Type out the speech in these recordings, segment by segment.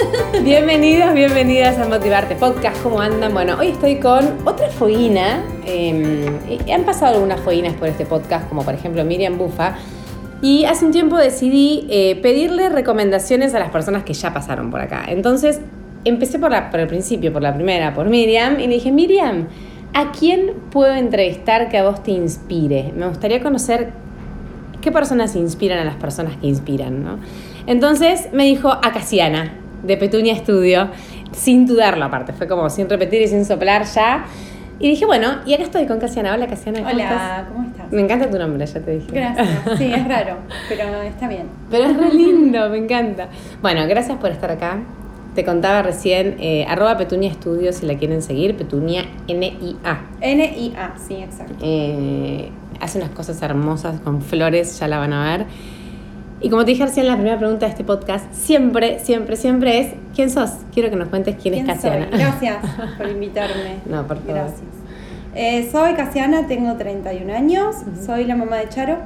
Bienvenidos, bienvenidas a Motivarte Podcast. ¿Cómo andan? Bueno, hoy estoy con otra foguina. Han pasado algunas foguinas por este podcast, como por ejemplo Miriam Bufa. Y hace un tiempo decidí pedirle recomendaciones a las personas que ya pasaron por acá. Entonces, empecé por el principio, por la primera, por Miriam. Y le dije, Miriam, ¿a quién puedo entrevistar que a vos te inspire? Me gustaría conocer qué personas inspiran a las personas que inspiran, ¿no? Entonces me dijo a Casiana, de Petunia Studio, sin dudarlo aparte, fue como sin repetir y sin soplar ya. Y dije, bueno, y acá estoy con Casiana. Hola, Casiana, ¿cómo estás? Hola, ¿cómo estás? Me encanta tu nombre, ya te dije. Gracias, sí, es raro, pero está bien. Pero es re lindo, me encanta. Bueno, gracias por estar acá. Te contaba recién, @Petunia Studio si la quieren seguir, Petunia NIA. NIA, sí, exacto. Hace unas cosas hermosas con flores, ya la van a ver. Y como te dije recién, la primera pregunta de este podcast siempre es ¿quién sos? Quiero que nos cuentes quién es Casiana. Soy? Gracias por invitarme. No, por favor. Gracias. Soy Casiana, tengo 31 años, soy la mamá de Charo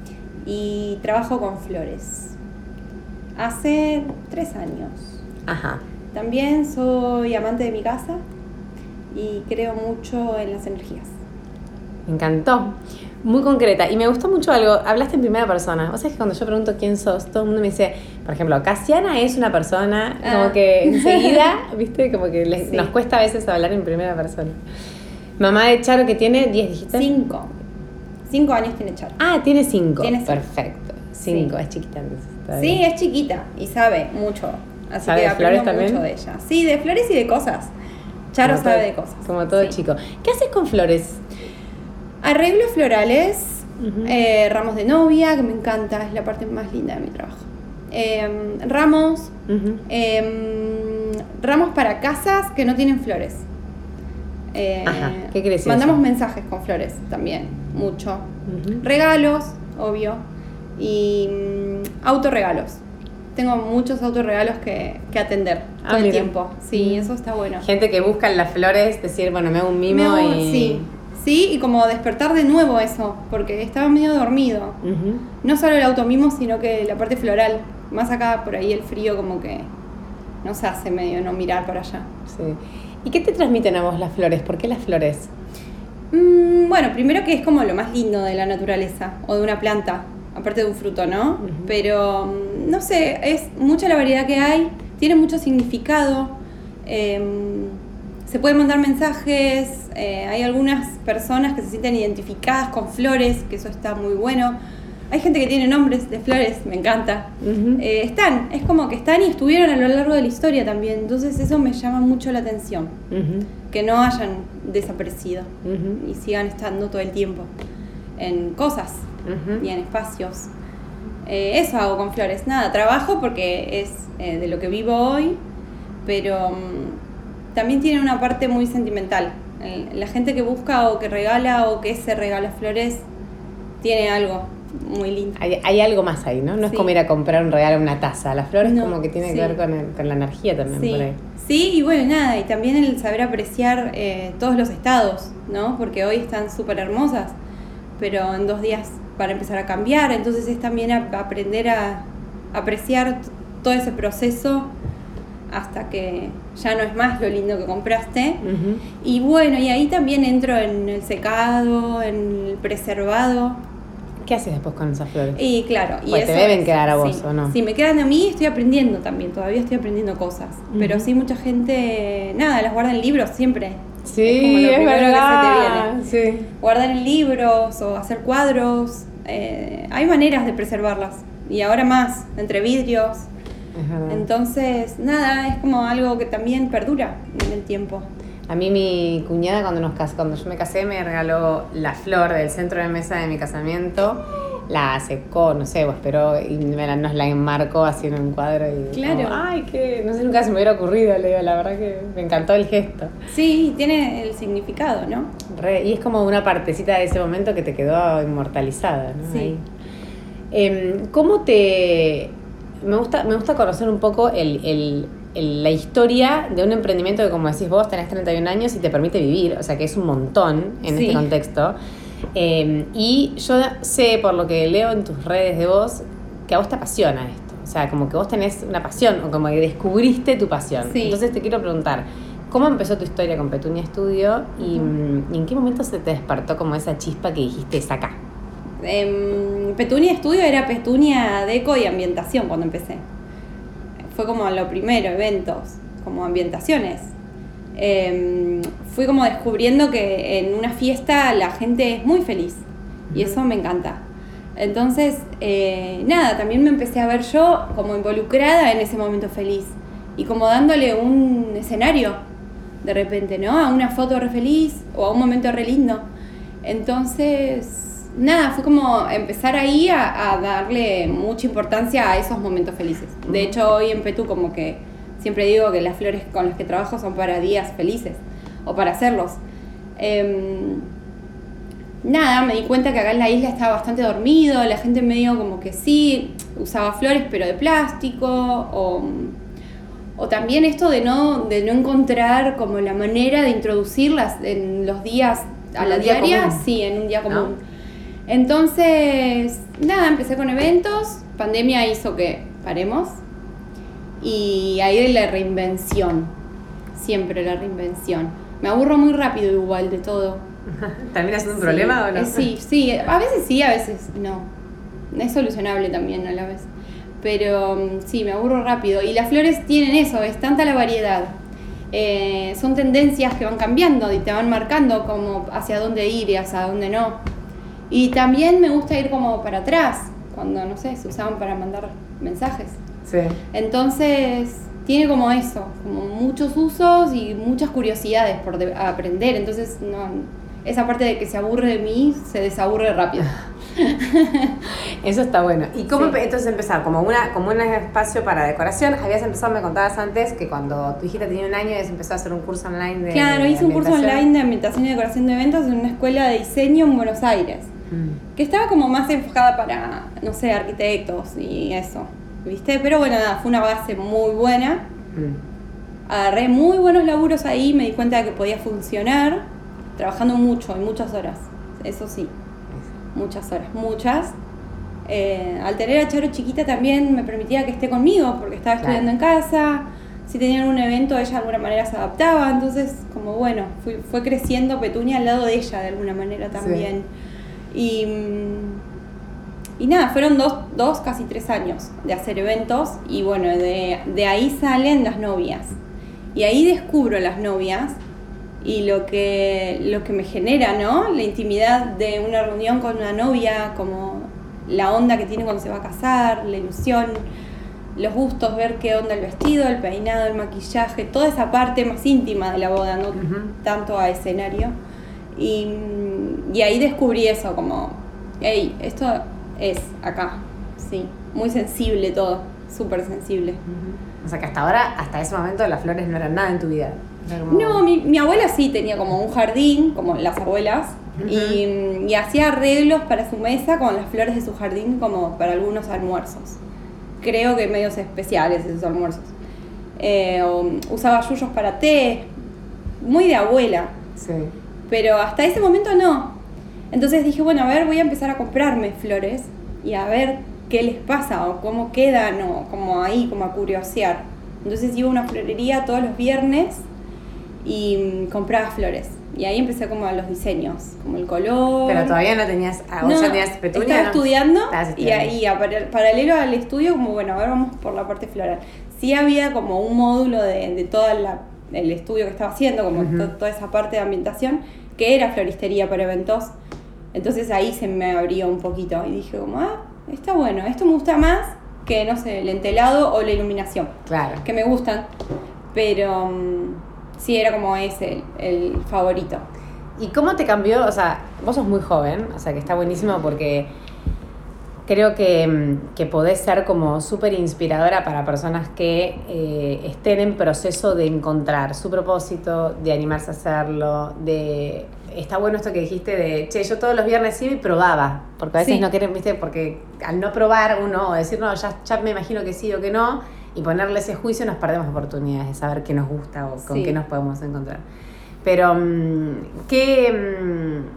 y trabajo con flores. Hace 3 años. Ajá. También soy amante de mi casa y creo mucho en las energías. Me encantó. Muy concreta. Y me gustó mucho algo. Hablaste en primera persona. O sea, que cuando yo pregunto quién sos, todo el mundo me dice, por ejemplo, Casiana es una persona, como que enseguida, ¿viste? Como que Sí. nos cuesta a veces hablar en primera persona. Mamá de Charo, que tiene 10, dijiste. 5. 5 años tiene Charo. Ah, tiene 5. Tiene 5. Perfecto. 5, Sí. es chiquita entonces. Está Sí, bien. es chiquita y sabe mucho. Así ¿Sabe que de flores aprendo mucho también? de ella. Sí, de flores y de cosas. Charo Como sabe todo- de cosas. Como todo Sí. chico. ¿Qué haces con flores? Arreglos florales, Ujú. ramos de novia, que me encanta, es la parte más linda de mi trabajo. Ramos, Ujú. ramos para casas que no tienen flores. Ajá, ¿qué quiere decir Mandamos eso? mensajes con flores también, mucho. Ujú. Regalos, obvio, y autorregalos. Tengo muchos autorregalos que atender todo el mira. tiempo. Sí, eso está bueno. Gente que busca en las flores, decir, bueno, me hago un mimo y... Sí, y como despertar de nuevo eso, porque estaba medio dormido. Ujú. No solo el automimo, sino que la parte floral. Más acá por ahí el frío como que nos hace medio no mirar para allá. Sí. ¿Y qué te transmiten a vos las flores? ¿Por qué las flores? Bueno, primero que es como lo más lindo de la naturaleza o de una planta, aparte de un fruto, ¿no? Ujú. Pero, no sé, es mucha la variedad que hay, tiene mucho significado, se pueden mandar mensajes, hay algunas personas que se sienten identificadas con flores, que eso está muy bueno. Hay gente que tiene nombres de flores, me encanta. Ujú. Es como que están y estuvieron a lo largo de la historia también, entonces eso me llama mucho la atención, Ujú. que no hayan desaparecido Ujú. y sigan estando todo el tiempo en cosas Ujú. y en espacios. Eso hago con flores. Nada, trabajo porque es de lo que vivo hoy, pero también tiene una parte muy sentimental. La gente que busca o que regala o que se regala flores tiene algo muy lindo. Hay algo más ahí, ¿no? No es Sí. como ir a comprar un regalo, una taza. Las flores No, como que tiene sí. que ver con la energía también Sí. por ahí. Sí, y bueno, nada, y también el saber apreciar todos los estados, ¿no? Porque hoy están súper hermosas, pero en 2 días van a empezar a cambiar, entonces es también aprender a apreciar todo ese proceso hasta que ya no es más lo lindo que compraste. Ujú. Y bueno, y ahí también entro en el secado, en el preservado. ¿Qué haces después con esas flores? Y claro, y Pues te eso deben quedar a vos, sí, ¿o no? Sí, me quedan a mí, estoy aprendiendo también, todavía estoy aprendiendo cosas. Pero Ujú. sí, mucha gente, nada, las guarda en libros siempre. Sí, es como lo es primero verdad. que se te viene. Sí. Guardar en libros o hacer cuadros, hay maneras de preservarlas. Y ahora más, entre vidrios. Es verdad. Entonces, nada, es como algo que también perdura en el tiempo. A mí mi cuñada cuando yo me casé me regaló la flor del centro de mesa de mi casamiento. La secó, no sé, o esperó y nos la enmarcó así en un cuadro y Claro. como, ay, que no sé, nunca se me hubiera ocurrido, le digo, la verdad que me encantó el gesto. Sí, tiene el significado, ¿no? Y es como una partecita de ese momento que te quedó inmortalizada, ¿no? Sí. Ahí. ¿Cómo te...? Me gusta conocer un poco la historia de un emprendimiento que, como decís vos, tenés 31 años y te permite vivir, o sea que es un montón en Sí. este contexto. Y yo sé, por lo que leo en tus redes de vos, que a vos te apasiona esto. O sea, como que vos tenés una pasión, o como que descubriste tu pasión. Sí. Entonces te quiero preguntar, ¿cómo empezó tu historia con Petunia Studio? Y en qué momento se te despertó como esa chispa que dijiste, es acá? Petunia Studio era Petunia Deco y Ambientación cuando empecé. Fue como lo primero, eventos, como ambientaciones. Fui como descubriendo que en una fiesta la gente es muy feliz y eso me encanta. Entonces, nada, también me empecé a ver yo como involucrada en ese momento feliz y como dándole un escenario de repente, ¿no? A una foto re feliz o a un momento re lindo. Entonces, nada, fue como empezar ahí a darle mucha importancia a esos momentos felices. De hecho, hoy en Petú como que siempre digo que las flores con las que trabajo son para días felices o para hacerlos. Nada, me di cuenta que acá en la isla estaba bastante dormido, la gente medio como que sí, usaba flores pero de plástico, o también esto de no encontrar como la manera de introducirlas en los días a la diaria, sí, en un día común. ¿No? Entonces, nada, empecé con eventos, pandemia hizo que paremos, y ahí la reinvención, siempre la reinvención. Me aburro muy rápido igual de todo. ¿También es un problema o no? Sí, a veces no. Es solucionable también a la vez. Pero sí, me aburro rápido. Y las flores tienen eso, es tanta la variedad. Son tendencias que van cambiando y te van marcando como hacia dónde ir y hacia dónde no. Y también me gusta ir como para atrás, cuando, no sé, se usaban para mandar mensajes. Sí. Entonces, tiene como eso, como muchos usos y muchas curiosidades por aprender. Entonces, no, esa parte de que se aburre de mí, se desaburre rápido. Eso está bueno. ¿Y cómo entonces empezar? Como un espacio para decoración. Habías empezado, me contabas antes, que cuando tu hijita tenía 1 año habías empezado a hacer un curso online de Claro, hice un curso online de ambientación y decoración de eventos en una escuela de diseño en Buenos Aires. Que estaba como más enfocada para, no sé, arquitectos y eso, ¿viste? Pero bueno, nada, fue una base muy buena. Agarré muy buenos laburos ahí, me di cuenta de que podía funcionar, trabajando mucho y muchas horas, eso sí, muchas horas. Al tener a Charo chiquita también me permitía que esté conmigo, porque estaba estudiando en casa. Si tenían un evento, ella de alguna manera se adaptaba, entonces como bueno, fue creciendo Petunia al lado de ella de alguna manera también. Sí. Y nada, fueron dos, casi 3 años de hacer eventos y bueno, de ahí salen las novias. Y ahí descubro las novias y lo que me genera, ¿no? La intimidad de una reunión con una novia, como la onda que tiene cuando se va a casar, la ilusión, los gustos, ver qué onda el vestido, el peinado, el maquillaje, toda esa parte más íntima de la boda, no tanto a escenario. Y ahí descubrí eso, como, hey, esto es acá, sí, muy sensible todo, súper sensible. O sea que hasta ahora, hasta ese momento, las flores no eran nada en tu vida. Como... No, mi abuela sí tenía como un jardín, como las abuelas, y hacía arreglos para su mesa con las flores de su jardín como para algunos almuerzos. Creo que medios especiales esos almuerzos. Usaba yuyos para té, muy de abuela. Sí. Pero hasta ese momento no. Entonces dije, bueno, a ver, voy a empezar a comprarme flores y a ver qué les pasa o cómo quedan o como ahí, como a curiosear. Entonces iba a una florería todos los viernes y compraba flores. Y ahí empecé como a los diseños, como el color. Pero todavía no tenías, vos ya tenías Petunia. Estaba estudiando y ahí paralelo al estudio, como bueno, a ver, vamos por la parte floral. Sí había como un módulo de todo el estudio que estaba haciendo, como toda esa parte de ambientación, que era floristería para eventos. Entonces ahí se me abrió un poquito y dije como, está bueno, esto me gusta más que, no sé, el entelado o la iluminación. Claro. Que me gustan, pero sí era como ese el favorito. ¿Y cómo te cambió? O sea, vos sos muy joven, o sea que está buenísimo porque creo que podés ser como súper inspiradora para personas que estén en proceso de encontrar su propósito, de animarse a hacerlo, está bueno esto que dijiste de, che, yo todos los viernes iba y probaba, porque a veces no quieren, viste, porque al no probar uno, o decir, no, ya me imagino que sí o que no, y ponerle ese juicio nos perdemos oportunidades de saber qué nos gusta o con qué nos podemos encontrar. Pero,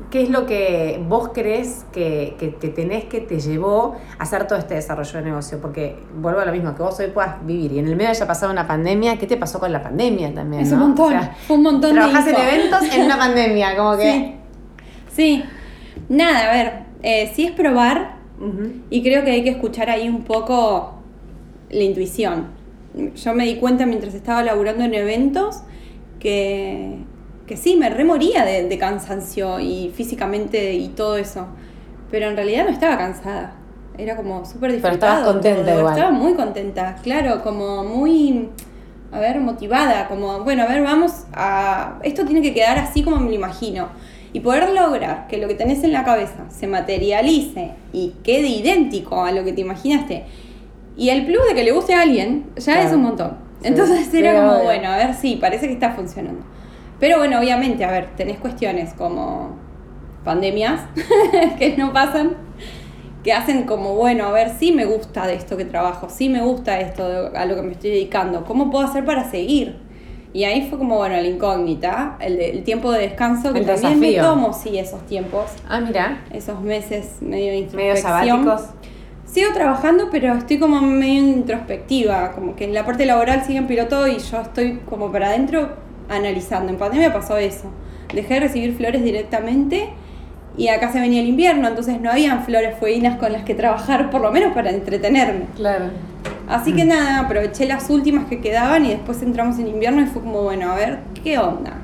¿qué es lo que vos crees que te llevó a hacer todo este desarrollo de negocio? Porque vuelvo a lo mismo, que vos hoy puedas vivir y en el medio haya pasado una pandemia. ¿Qué te pasó con la pandemia también? Es ¿no? un montón, fue un montón de trabajás info. en eventos en una pandemia, como que... Sí. Nada, a ver, sí es probar y creo que hay que escuchar ahí un poco la intuición. Yo me di cuenta mientras estaba laburando en eventos que sí, me remoría de cansancio y físicamente y todo eso. Pero en realidad no estaba cansada. Era como súper disfrutado. Pero estabas contenta todo. igual. Estaba muy contenta, claro, como muy, a ver, motivada. Como, bueno, a ver, vamos a... Esto tiene que quedar así como me lo imagino. Y poder lograr que lo que tenés en la cabeza se materialice y quede idéntico a lo que te imaginaste. Y el plus de que le guste a alguien ya claro. es un montón. Sí. Entonces era sí, como, obvio. bueno, a ver, sí, parece que está funcionando. Pero bueno, obviamente, a ver, tenés cuestiones como pandemias que no pasan, que hacen como, bueno, a ver, sí me gusta de esto que trabajo, sí me gusta esto a lo que me estoy dedicando, ¿cómo puedo hacer para seguir? Y ahí fue como, bueno, la incógnita, el tiempo de descanso, que el también desafío. me tomo, sí, esos tiempos, Mira, esos meses medio de medio introspección. sabáticos. Sigo trabajando, pero estoy como medio introspectiva, como que en la parte laboral sigue en piloto y yo estoy como para adentro analizando. En pandemia pasó eso. Dejé de recibir flores directamente y acá se venía el invierno, entonces no habían flores fueguinas con las que trabajar, por lo menos para entretenerme. Claro. Así que nada, aproveché las últimas que quedaban y después entramos en invierno y fue como, bueno, a ver, ¿qué onda?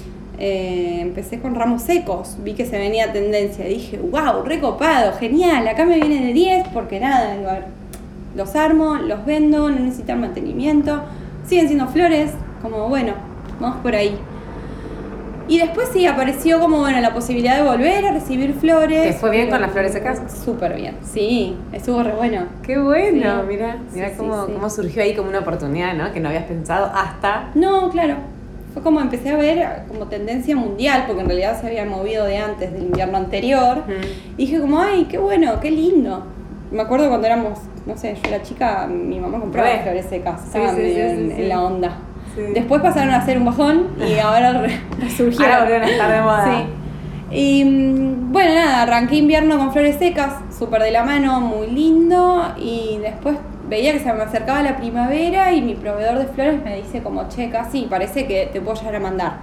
Empecé con ramos secos, vi que se venía tendencia, dije, wow, recopado, genial, acá me viene de 10 porque nada, digo, a ver, los armo, los vendo, no necesitan mantenimiento, siguen siendo flores, como bueno, vamos por ahí. Y después sí, apareció como, bueno, la posibilidad de volver a recibir flores. ¿Te fue bien con las flores secas? Súper bien, sí, estuvo re bueno. Qué bueno, Sí. mira Sí, cómo, sí. cómo surgió ahí como una oportunidad, ¿no? Que no habías pensado hasta... No, claro. Fue como empecé a ver como tendencia mundial, porque en realidad se había movido de antes, del invierno anterior. Y dije como, ay, qué bueno, qué lindo. Me acuerdo cuando éramos, no sé, yo era chica, mi mamá compraba Re. flores secas. Sí, Estaba sí, medio sí, en, sí, sí. en la onda. Sí. Después pasaron a ser un bajón y ahora resurgieron. Ahora volvieron a estar de moda. Sí. Y bueno, nada, arranqué invierno con flores secas, súper de la mano, muy lindo. Y después veía que se me acercaba la primavera y mi proveedor de flores me dice como, che, casi parece que te puedo llegar a mandar.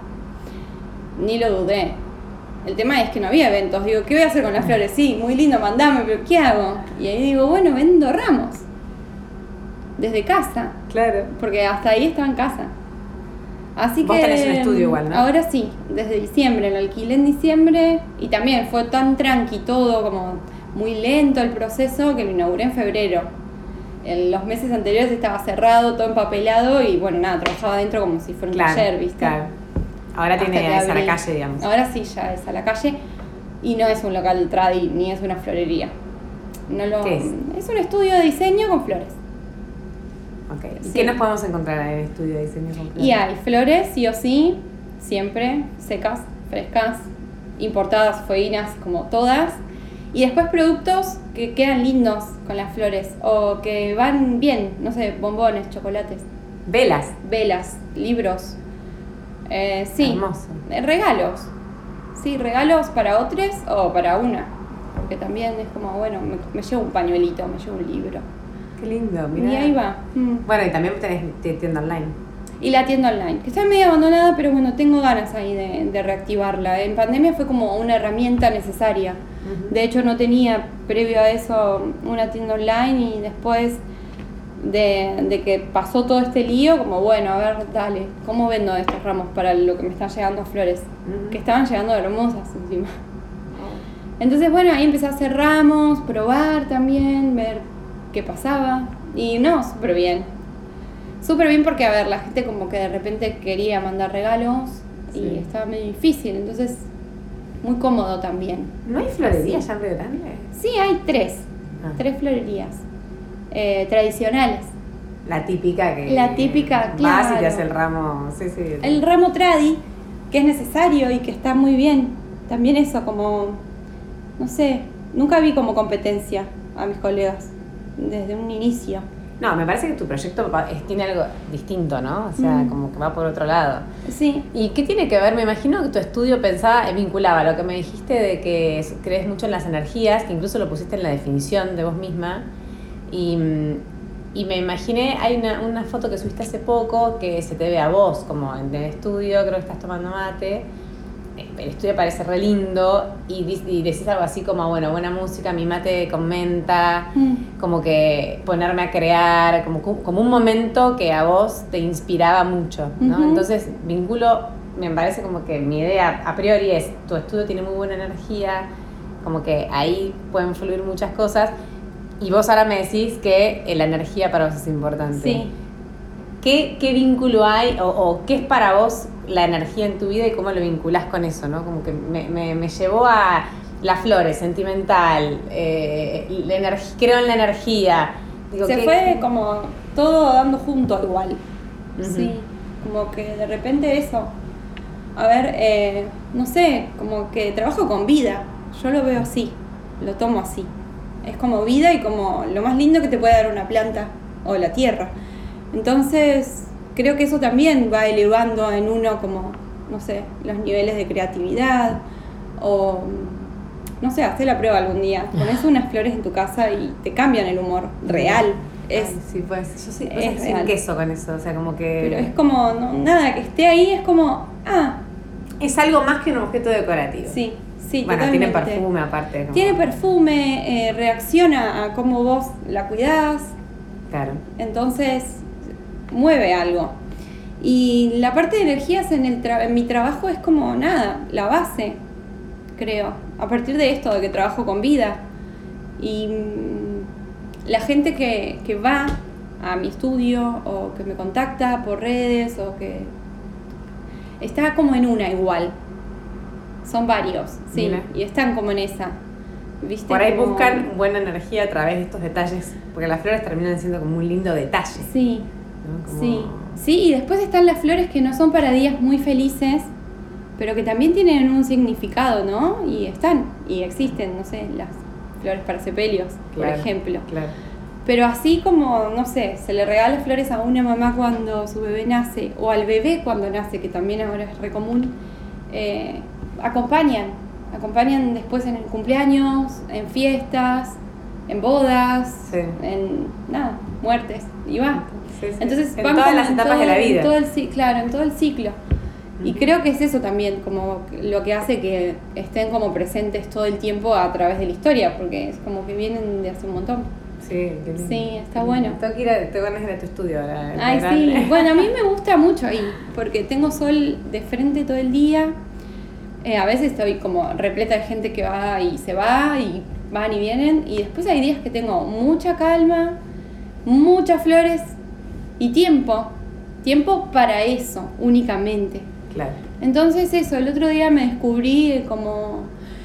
Ni lo dudé. El tema es que no había eventos. Digo, ¿qué voy a hacer con las flores? Sí, muy lindo, mandame, pero ¿qué hago? Y ahí digo, bueno, vendo ramos. Desde casa. Claro. Porque hasta ahí estaba en casa. Así Vos que tenés un estudio igual, ¿no? ahora sí, desde diciembre, lo alquilé en diciembre y también fue tan tranqui todo, como muy lento el proceso, que lo inauguré en febrero. En los meses anteriores estaba cerrado, todo empapelado y bueno, nada, trabajaba adentro como si fuera un taller, ¿viste? Claro. Ahora Hasta tiene que esa la abrí. calle, digamos. Ahora sí, ya es a la calle y no es un local tradi ni es una florería. No lo, ¿Qué es? Es un estudio de diseño con flores. Okay. ¿Y Sí. qué nos podemos encontrar en el estudio de diseño con flores? Y hay flores, sí o sí, siempre, secas, frescas, importadas, fueguinas, como todas. Y después productos que quedan lindos con las flores o que van bien, no sé, bombones, chocolates, Velas. velas, libros. Sí, Hermoso. Regalos. Sí, regalos para otros o para una. Porque también es como, bueno, me llevo un pañuelito, me llevo un libro. Qué lindo, mira. Y ahí va. Bueno, y también tenés tienda online. Y la tienda online, que está medio abandonada, pero bueno, tengo ganas ahí de reactivarla. En pandemia fue como una herramienta necesaria. De hecho, no tenía previo a eso una tienda online y después de que pasó todo este lío, como bueno, a ver, dale, ¿cómo vendo estos ramos para lo que me están llegando flores? Que estaban llegando hermosas encima. Entonces, bueno, ahí empecé a hacer ramos, probar también, ver qué pasaba. Y no, súper bien. Súper bien porque, a ver, la gente como que de repente quería mandar regalos Sí. y estaba medio difícil, entonces muy cómodo también. ¿No hay florería Sí. ya en Río Grande? Sí, hay tres florerías tradicionales. La típica que... La típica, Vas y claro. te hace el ramo... Sí, sí. El ramo tradi, que es necesario y que está muy bien. También eso, como, no sé, nunca vi como competencia a mis colegas desde un inicio. No, me parece que tu proyecto tiene algo distinto, ¿no? O sea, como que va por otro lado. Sí. ¿Y qué tiene que ver? Me imagino que tu estudio vinculaba lo que me dijiste de que crees mucho en las energías, que incluso lo pusiste en la definición de vos misma. Y me imaginé, hay una foto que subiste hace poco que se te ve a vos, como en el estudio, creo que estás tomando mate. El estudio parece re lindo y decís algo así como, bueno, buena música, mi mate con menta, como que ponerme a crear, como un momento que a vos te inspiraba mucho, ¿no? Entonces, me parece como que mi idea a priori es, tu estudio tiene muy buena energía, como que ahí pueden fluir muchas cosas, y vos ahora me decís que la energía para vos es importante. Sí. ¿Qué vínculo hay o qué es para vos la energía en tu vida y cómo lo vinculás con eso, ¿no? Como que me llevó a las flores, sentimental, creo en la energía. Digo, fue como todo dando junto igual. Sí, como que de repente eso. A ver, no sé, como que trabajo con vida. Yo lo veo así, lo tomo así. Es como vida y como lo más lindo que te puede dar una planta o la tierra. Entonces, creo que eso también va elevando en uno como, no sé, los niveles de creatividad o, no sé, hacé la prueba algún día. Pones unas flores en tu casa y te cambian el humor real. Sí, pues yo sí, es sin queso con eso, o sea, como que... Pero es como, nada, que esté ahí es como, es algo más que un objeto decorativo. Sí, bueno, totalmente. Tiene perfume aparte. Como... Tiene perfume, reacciona a cómo vos la cuidás. Claro. Entonces... mueve algo. Y la parte de energías en mi trabajo es como nada, la base, creo. A partir de esto, de que trabajo con vida. Y la gente que va a mi estudio o que me contacta por redes o que está como en una igual. Son varios, sí. Mira. Y están como en esa. ¿Viste? Por ahí como... buscan buena energía a través de estos detalles, porque las flores terminan siendo como un lindo detalle. Sí. Como... Sí, y después están las flores que no son para días muy felices, pero que también tienen un significado, ¿no? Y existen, no sé, las flores para sepelios, claro, por ejemplo. Claro. Pero así como, no sé, se le regala flores a una mamá cuando su bebé nace, o al bebé cuando nace, que también ahora es re común, acompañan después en el cumpleaños, en fiestas, en bodas, en muertes, y va. Sí. Entonces en todas las etapas de la vida. En todo el ciclo. Y creo que es eso también, como lo que hace que estén como presentes todo el tiempo a través de la historia, porque es como que vienen de hace un montón. Sí, qué lindo. Sí, está bueno. Tengo que ir a tu estudio ahora. Ay, sí. Bueno, a mí me gusta mucho ahí, porque tengo sol de frente todo el día. A veces estoy como repleta de gente que va y se va, y van y vienen. Y después hay días que tengo mucha calma, muchas flores y tiempo para eso únicamente. Claro. Entonces eso, el otro día me descubrí como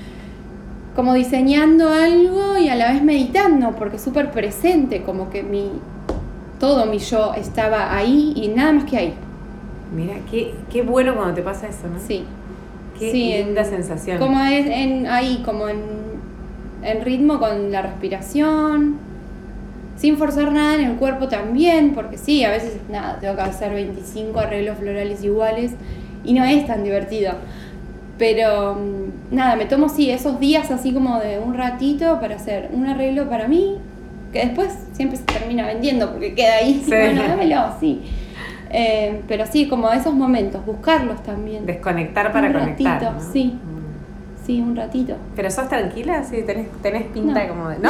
diseñando algo y a la vez meditando, porque súper presente, como que todo mi yo estaba ahí y nada más que ahí. Mira, qué bueno cuando te pasa eso, ¿no? Sí. Qué linda sensación. Como ahí, como en ritmo con la respiración, sin forzar nada en el cuerpo también, porque sí, a veces tengo que hacer 25 arreglos florales iguales y no es tan divertido. Pero me tomo esos días así como de un ratito para hacer un arreglo para mí, que después siempre se termina vendiendo porque queda ahí, sí. Bueno, dámelo, sí. Pero sí, como esos momentos, buscarlos también. Desconectar para conectar. Un ratito, ¿no? Sí. Sí, un ratito. ¿Pero sos tranquila? Sí, tenés pinta como de... ¿No?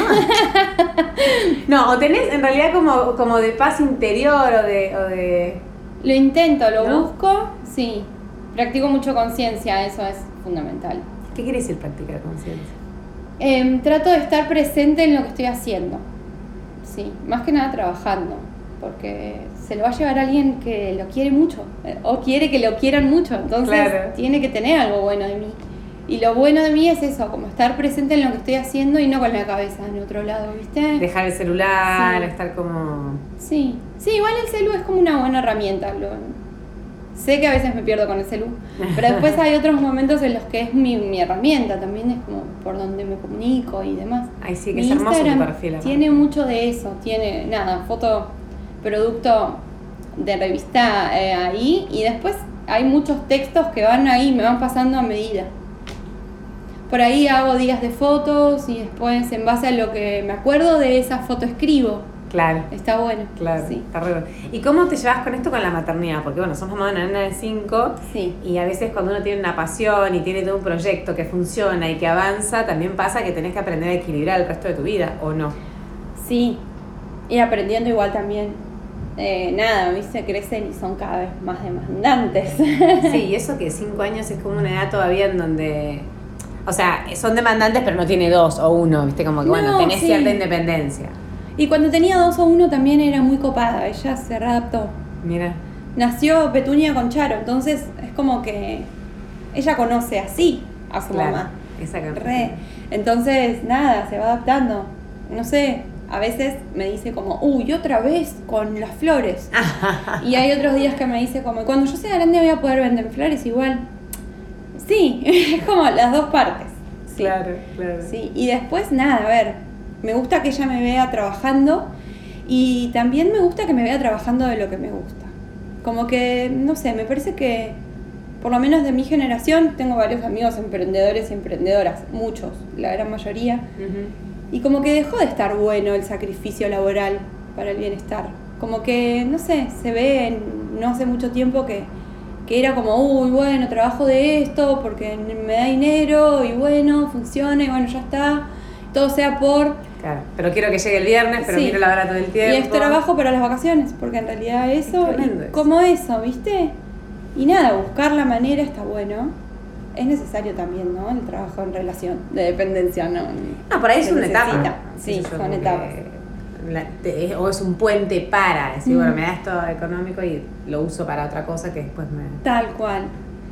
No, o tenés en realidad como de paz interior o de... Lo intento, lo busco, sí. Practico mucho conciencia, eso es fundamental. ¿Qué quiere decir practicar conciencia? Trato de estar presente en lo que estoy haciendo. Sí, más que nada trabajando. Porque se lo va a llevar alguien que lo quiere mucho. O quiere que lo quieran mucho. Entonces tiene que tener algo bueno de mí. Y lo bueno de mí es eso, como estar presente en lo que estoy haciendo y no con la cabeza en otro lado, ¿viste? Dejar el celular, estar como... Sí, igual el celu es como una buena herramienta. Sé que a veces me pierdo con el celu, pero después hay otros momentos en los que es mi herramienta, también es como por donde me comunico y demás. Ay, sí, que Mi es hermoso tu Instagram perfil. tiene mucho de eso, tiene, foto, producto de revista ahí, y después hay muchos textos que van ahí, me van pasando a medida. Por ahí hago días de fotos y después en base a lo que me acuerdo de esa foto escribo. Claro. Está bueno. Claro, sí. está re bueno. ¿Y cómo te llevas con esto con la maternidad? Porque bueno, sos mamá de una nena de 5 Sí. y a veces cuando uno tiene una pasión y tiene todo un proyecto que funciona y que avanza, también pasa que tenés que aprender a equilibrar el resto de tu vida, ¿o no? Sí, y aprendiendo igual también. ¿Viste? Crecen y son cada vez más demandantes. Sí, y eso que 5 años es como una edad todavía en donde... O sea, son demandantes pero no tiene 2 o 1, ¿viste? Como que bueno, tenés sí. cierta independencia. Y cuando tenía 2 o 1 también era muy copada, ella se readaptó. Mira. Nació Petunia con Charo, entonces es como que ella conoce así a su mamá. Exactamente. Entonces, se va adaptando. No sé, a veces me dice como, uy, otra vez con las flores. Y hay otros días que me dice como, cuando yo sea grande voy a poder vender flores igual. Sí, es como las dos partes. Sí. Claro. Sí, y después a ver, me gusta que ella me vea trabajando y también me gusta que me vea trabajando de lo que me gusta. Como que, no sé, me parece que, por lo menos de mi generación, tengo varios amigos emprendedores y emprendedoras, muchos, la gran mayoría, y como que dejó de estar bueno el sacrificio laboral para el bienestar. Como que, no sé, se ve no hace mucho tiempo que era como, uy, bueno, trabajo de esto porque me da dinero y bueno, funciona y bueno, ya está, todo sea por... Claro, pero quiero que llegue el viernes, pero miro la hora todo el tiempo. Y es trabajo para las vacaciones, porque en realidad eso, es como eso, ¿viste? Y buscar la manera está bueno. Es necesario también, ¿no? El trabajo en relación de dependencia, ¿no? Por ahí es una etapa. Sí, son etapas. O es un puente para decir, bueno, me da esto económico y lo uso para otra cosa que después me... Tal cual.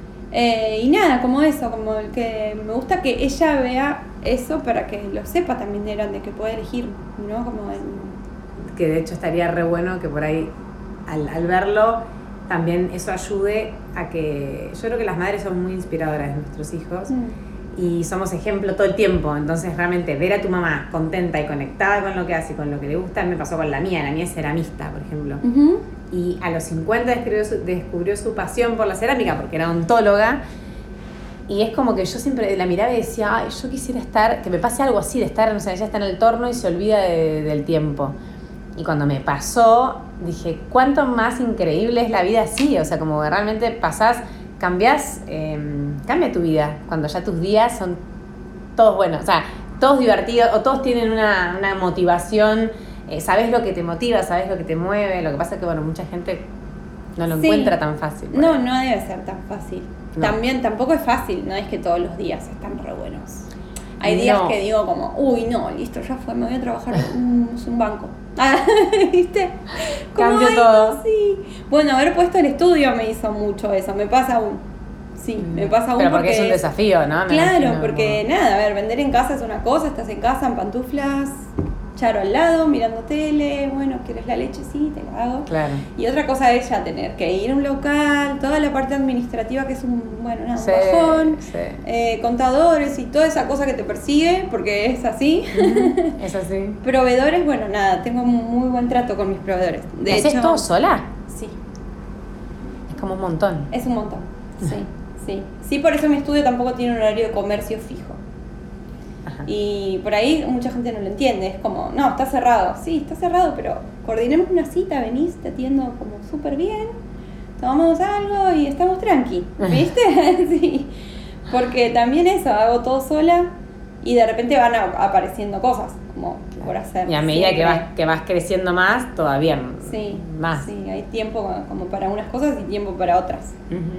Y como eso, como el que me gusta que ella vea eso para que lo sepa también de grande, que pueda elegir, ¿no? Que de hecho estaría re bueno que por ahí, al verlo, también eso ayude a que... Yo creo que las madres son muy inspiradoras de nuestros hijos y somos ejemplo todo el tiempo, entonces realmente ver a tu mamá contenta y conectada con lo que hace y con lo que le gusta, me pasó con la mía es ceramista, por ejemplo. Y a los 50 descubrió su pasión por la cerámica porque era odontóloga. Y es como que yo siempre la miraba y decía, ay, yo quisiera estar, que me pase algo así, de estar, no sé, ella está en el torno y se olvida del tiempo. Y cuando me pasó, dije, ¿cuánto más increíble es la vida así? O sea, como que realmente cambia tu vida, cuando ya tus días son todos buenos, o sea, todos divertidos, o todos tienen una motivación, sabes lo que te motiva, sabes lo que te mueve, lo que pasa es que, bueno, mucha gente no lo encuentra tan fácil. No debe ser tan fácil. No. También tampoco es fácil, no es que todos los días están re buenos. Hay días que digo como, uy, no, listo, ya fue, me voy a trabajar en un banco. ¿Viste? Cambio todo. Sí. Bueno, haber puesto el estudio me hizo mucho eso, me pasa aún. Sí, me pasa aún. Pero porque es un desafío, ¿no? Claro, porque a ver, vender en casa es una cosa, estás en casa en pantuflas, Charo al lado, mirando tele, bueno, ¿quieres la leche? Sí, te la hago. Claro. Y otra cosa es ya tener que ir a un local, toda la parte administrativa que es un bajón, contadores y toda esa cosa que te persigue, porque es así. Es así. Proveedores, tengo muy buen trato con mis proveedores. ¿Haces todo sola? Sí. Es como un montón. Es un montón, sí. Sí, por eso mi estudio tampoco tiene un horario de comercio fijo. Ajá. Y por ahí mucha gente no lo entiende, es como, no, está cerrado. Sí, está cerrado, pero coordinemos una cita, venís, te atiendo como súper bien, tomamos algo y estamos tranqui, ¿viste? Sí, porque también eso, hago todo sola y de repente van apareciendo cosas como por hacer. Y a medida que vas creciendo más, todavía más. Sí, hay tiempo como para unas cosas y tiempo para otras.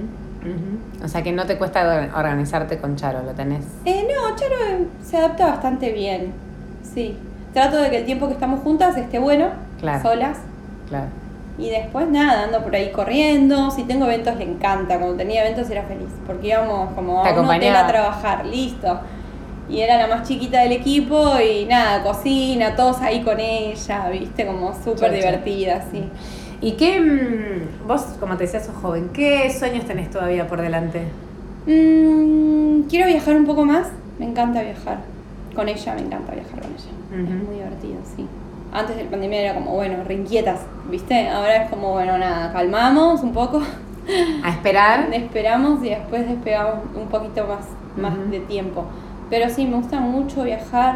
O sea que no te cuesta organizarte con Charo, ¿lo tenés? No, Charo se adapta bastante bien, sí. Trato de que el tiempo que estamos juntas esté bueno, solas. Claro. Y después ando por ahí corriendo. Si tengo eventos le encanta, cuando tenía eventos era feliz, porque íbamos como a un hotel a trabajar, listo. Y era la más chiquita del equipo y cocina, todos ahí con ella, viste, como súper divertida, sí. ¿Y qué, vos, como te decías, sos joven, qué sueños tenés todavía por delante? Quiero viajar un poco más, me encanta viajar. Con ella, me encanta viajar con ella. Es muy divertido, sí. Antes de la pandemia era como, bueno, re inquietas, ¿viste? Ahora es como, bueno, nada, calmamos un poco. A esperar. Esperamos y después despegamos un poquito más de tiempo. Pero sí, me gusta mucho viajar.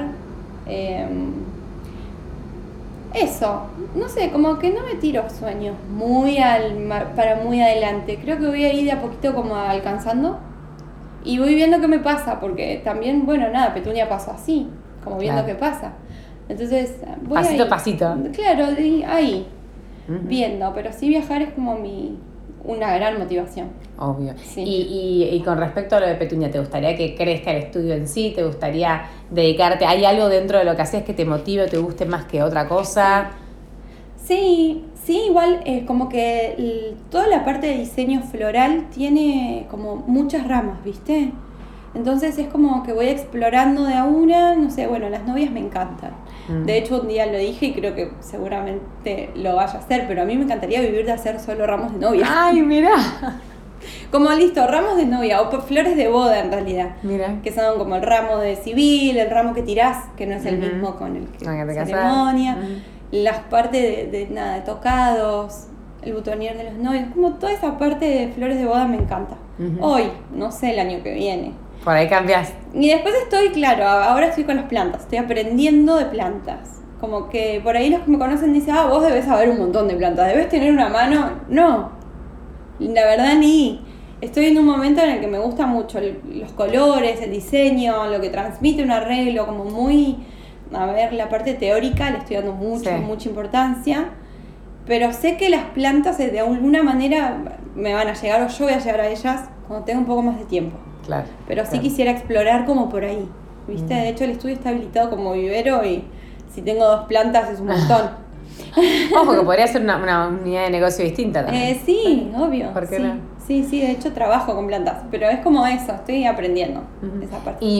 Eso, no sé, como que no me tiro sueños para muy adelante. Creo que voy a ir de a poquito como alcanzando y voy viendo qué me pasa, porque también, bueno, nada, Petunia pasó así, como viendo qué pasa. Entonces, voy pasito ahí. a pasito. Claro, ahí, viendo, pero sí viajar es como una gran motivación. Obvio. Sí. Y con respecto a lo de Petunia, ¿te gustaría que crezca el estudio en sí? ¿Te gustaría dedicarte? ¿Hay algo dentro de lo que haces que te motive o te guste más que otra cosa? Sí, igual como que toda la parte de diseño floral tiene como muchas ramas, ¿viste? Entonces es como que voy explorando de a una, no sé, bueno, las novias me encantan. De hecho, un día lo dije y creo que seguramente lo vaya a hacer, pero a mí me encantaría vivir de hacer solo ramos de novia. ¡Ay, mirá! Como listo, ramos de novia o flores de boda en realidad. Mira. Que son como el ramo de civil, el ramo que tirás, que no es el mismo con el que ceremonia. Las partes de tocados, el butonier de los novios, como toda esa parte de flores de boda me encanta. Hoy, no sé el año que viene. Por ahí cambias. Y después ahora estoy con las plantas, estoy aprendiendo de plantas. Como que por ahí los que me conocen dicen, vos debes saber un montón de plantas, debes tener una mano. No, la verdad ni. Estoy en un momento en el que me gusta mucho los colores, el diseño, lo que transmite un arreglo, como muy... A ver, la parte teórica le estoy dando mucha importancia, pero sé que las plantas de alguna manera me van a llegar o yo voy a llegar a ellas cuando tenga un poco más de tiempo. Claro. Pero sí quisiera explorar como por ahí, ¿viste? De hecho el estudio está habilitado como vivero y si tengo 2 plantas es un montón. Ojo, que podría ser una unidad de negocio distinta también. Sí, obvio. ¿Por qué sí. no? Sí, de hecho trabajo con plantas, pero es como eso, estoy aprendiendo esa parte. ¿Y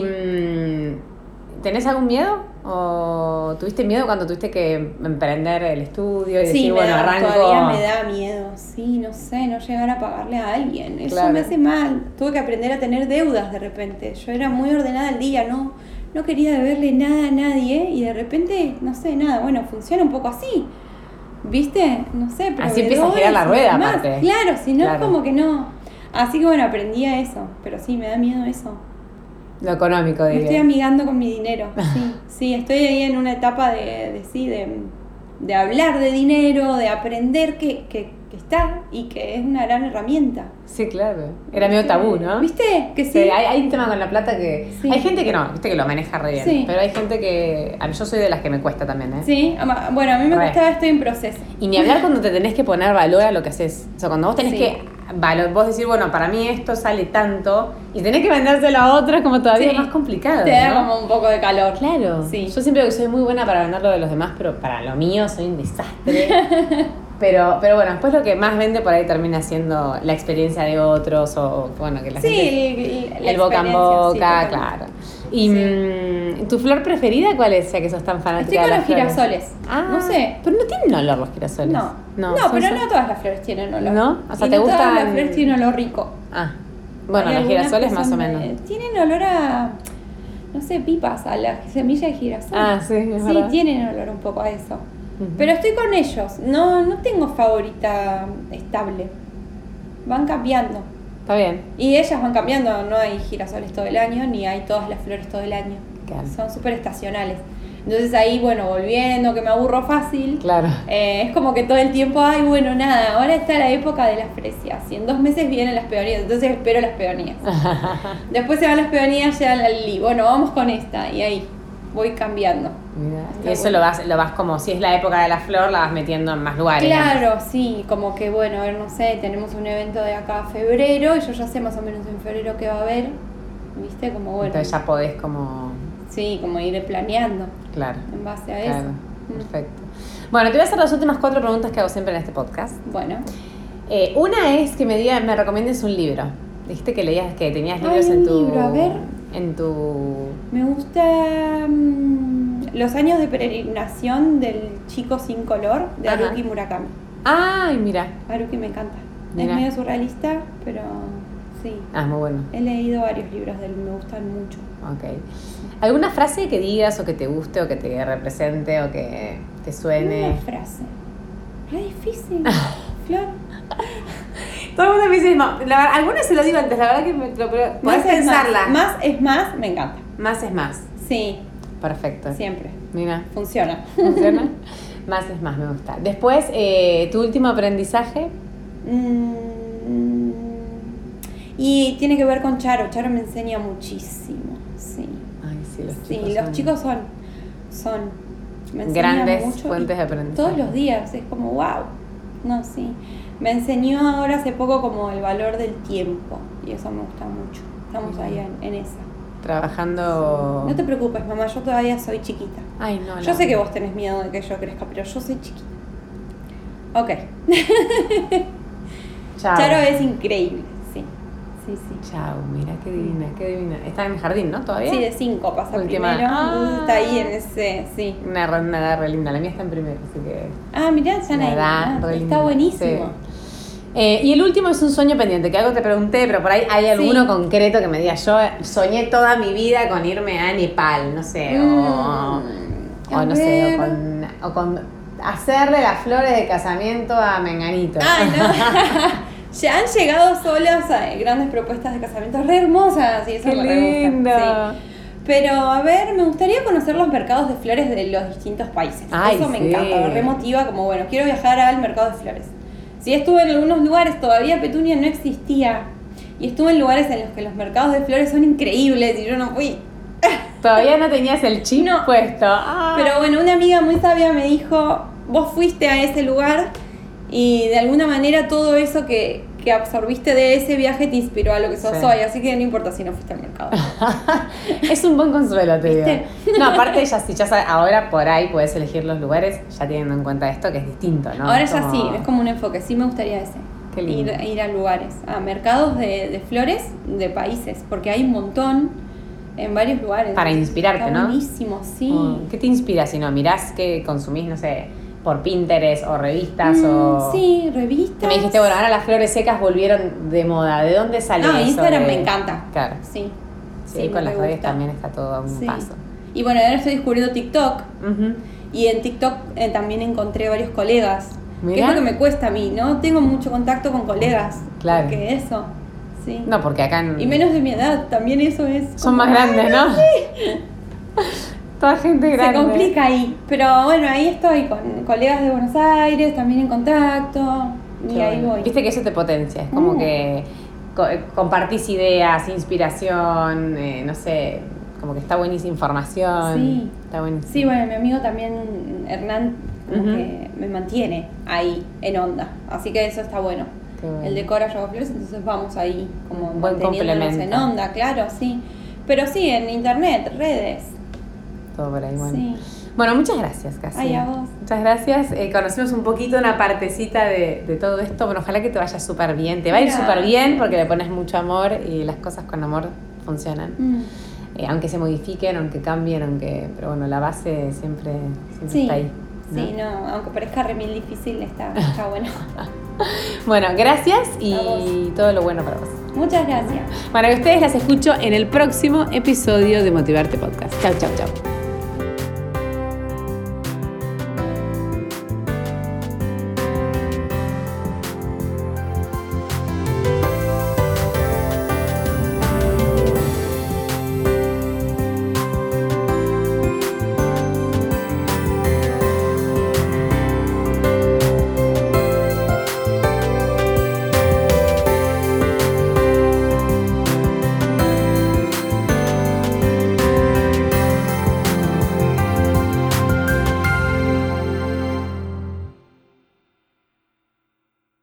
tenés algún miedo? ¿O tuviste miedo cuando tuviste que emprender el estudio y decir, bueno, arranco? Todavía me da miedo, sí, no sé, no llegar a pagarle a alguien, eso me hace mal. Tuve que aprender a tener deudas de repente, yo era muy ordenada al día, no quería deberle nada a nadie y de repente, no sé, nada, bueno, funciona un poco así. ¿Viste? No sé, pero así empieza a girar la rueda, más. aparte. Claro, si no es como que no. Así que bueno, aprendí a eso, pero sí, me da miedo eso. Lo económico, Me diría. estoy amigando con mi dinero, sí, estoy ahí en una etapa de hablar de dinero, de aprender que está y que es una gran herramienta. Sí, claro. Era medio tabú, ¿no? ¿Viste? Que sí. Sí, hay un tema con la plata que... Sí. Hay gente que no, viste, que lo maneja re bien. Sí. Pero hay gente que... Yo soy de las que me cuesta también, ¿eh? Sí, bueno, a mí me costaba, estoy en proceso. Y ni hablar cuando te tenés que poner valor a lo que haces. O sea, cuando vos tenés que... vos decir, bueno, para mí esto sale tanto y tenés que vendérselo a otro es como todavía más complicado. Te da como un poco de calor. Claro. Sí. Yo siempre digo que soy muy buena para venderlo de los demás, pero para lo mío soy un desastre. Pero bueno, después lo que más vende por ahí termina siendo la experiencia de otros o bueno, que la gente... el boca en boca, claro. ¿Y tu flor preferida cuál es, ya que sos tan fanática de las flores? Estoy con los girasoles. No sé. Pero no tienen olor los girasoles. No, pero no todas las flores tienen olor. ¿No? O sea, y ¿te no gustan? Todas las flores tienen olor rico. Bueno, los girasoles más o menos. Tienen olor a, no sé, pipas, a la semilla de girasol. Sí, es verdad. Tienen olor un poco a eso. Pero estoy con ellos, no tengo favorita estable. Van cambiando. Está bien. Y ellas van cambiando, no hay girasoles todo el año, ni hay todas las flores todo el año. Claro. Son súper estacionales. Entonces ahí, bueno, volviendo, que me aburro fácil. Claro. Es como que todo el tiempo, bueno, nada, ahora está la época de las fresias. Y en 2 meses vienen las peonías, entonces espero las peonías. Después se van las peonías, llega la lili. Bueno, vamos con esta. Y ahí voy cambiando. Mira, y eso lo vas como, si es la época de la flor, la vas metiendo en más lugares. Claro, digamos. sí, como que bueno, a ver, no sé, tenemos un evento de acá a febrero y yo ya sé más o menos en febrero qué va a haber, ¿viste? Como bueno. Entonces ya podés como... Sí, como ir planeando. Claro. En base a eso. Perfecto. Bueno, te voy a hacer las últimas 4 preguntas que hago siempre en este podcast. Bueno. Una es que me recomiendes un libro. Dijiste que leías, que tenías libros en tu... libro, a ver. En tu... Me gusta Los años de peregrinación del chico sin color de Haruki Murakami. Ay, mira. Haruki me encanta. Mira. Es medio surrealista, pero sí. Muy bueno. He leído varios libros de él, me gustan mucho. Ok. ¿Alguna frase que digas o que te guste o que te represente o que te suene? Una frase. Re difícil. Flor. Todo el mundo me dice, algunas se lo digo antes, la verdad que podés pensarla. Más es más, me encanta. Más es más. Sí. Perfecto. Siempre. Mira. Funciona. ¿Funciona? Más es más, me gusta. Después, ¿tu último aprendizaje? Y tiene que ver con Charo. Charo me enseña muchísimo. Sí. Ay, sí, los chicos son me grandes mucho fuentes de aprendizaje. Todos los días, es como wow. No, sí. Me enseñó ahora hace poco como el valor del tiempo. Y eso me gusta mucho. Estamos ahí en esa. Trabajando. No te preocupes, mamá, yo todavía soy chiquita. Ay, no. Yo sé que vos tenés miedo de que yo crezca, pero yo soy chiquita. Ok. Chao. Charo es increíble, sí. Chao, mira qué divina, qué divina. Está en el jardín, ¿no? ¿Todavía? Sí, de 5 pasa Última. primero. Entonces está ahí en ese, sí. Una edad re linda. La mía está en primero, así que. Mirá, están ahí. Está buenísimo. Sí. Y el último es un sueño pendiente, que algo te pregunté, pero por ahí hay alguno concreto que me diga, yo soñé toda mi vida con irme a Nepal, no sé, o no sé, o con hacerle las flores de casamiento a Menganito. Ay, no. Ya han llegado solas grandes propuestas de casamiento re hermosas y eso Qué me re lindo. gusta. Sí. Pero a ver, me gustaría conocer los mercados de flores de los distintos países. Ay, eso me sí. encanta, me remotiva como bueno, quiero viajar al mercado de flores. Sí, estuve en algunos lugares, todavía Petunia no existía. Y estuve en lugares en los que los mercados de flores son increíbles y yo no fui. Todavía no tenías el chip puesto. Pero bueno, una amiga muy sabia me dijo, vos fuiste a ese lugar y de alguna manera todo eso que absorbiste de ese viaje te inspiró a lo que sos hoy, así que no importa si no fuiste al mercado. Es un buen consuelo, te ¿viste? digo. No, aparte ya sabes, ahora por ahí puedes elegir los lugares ya teniendo en cuenta esto que es distinto, ¿no? Ahora ya sí, es como un enfoque, sí me gustaría ese. Qué lindo. Ir a lugares, a mercados de flores de países, porque hay un montón en varios lugares. Para inspirarte, está ¿no? Buenísimo, sí. ¿Qué te inspira si no mirás qué consumís, no sé, por Pinterest o revistas o...? Sí, revistas. Me dijiste, bueno, ahora las flores secas volvieron de moda. ¿De dónde salió eso? Instagram me encanta. Claro. Sí. Sí, con las redes también está todo a un paso. Y bueno, ahora estoy descubriendo TikTok. Uh-huh. Y en TikTok también encontré varios colegas. Mirá. Que es lo que me cuesta a mí, ¿no? Tengo mucho contacto con colegas. Claro. Porque eso, sí. No, porque acá... Y menos de mi edad, también eso es... Son más grandes, ¿no? Sí. Toda gente grande. Se complica ahí. Pero bueno, ahí estoy con colegas de Buenos Aires, también en contacto. Y ahí voy. Viste que eso te potencia. Es como que compartís ideas, inspiración, no sé, como que está buenísima información. Sí. Está buenísimo. Sí, bueno, mi amigo también, Hernán, como que me mantiene ahí en onda. Así que eso está bueno. Bueno. Él decora, yo hago flores, entonces vamos ahí como un buen manteniéndonos complemento. en onda, claro, sí. Pero sí, en internet, redes. Todo por ahí, bueno. Sí. Bueno, muchas gracias, Casi. Ay, a vos. Muchas gracias. Conocimos un poquito una partecita de todo esto. Bueno, ojalá que te vaya súper bien. Te va a ir súper bien porque le pones mucho amor y las cosas con amor funcionan. Aunque se modifiquen, aunque cambien, pero bueno, la base siempre está ahí, ¿no? Sí, no, aunque parezca remil difícil, está bueno. Bueno, gracias y todo lo bueno para vos. Muchas gracias. Bueno, que ustedes las escucho en el próximo episodio de Motivarte Podcast. Chau, chau, chau.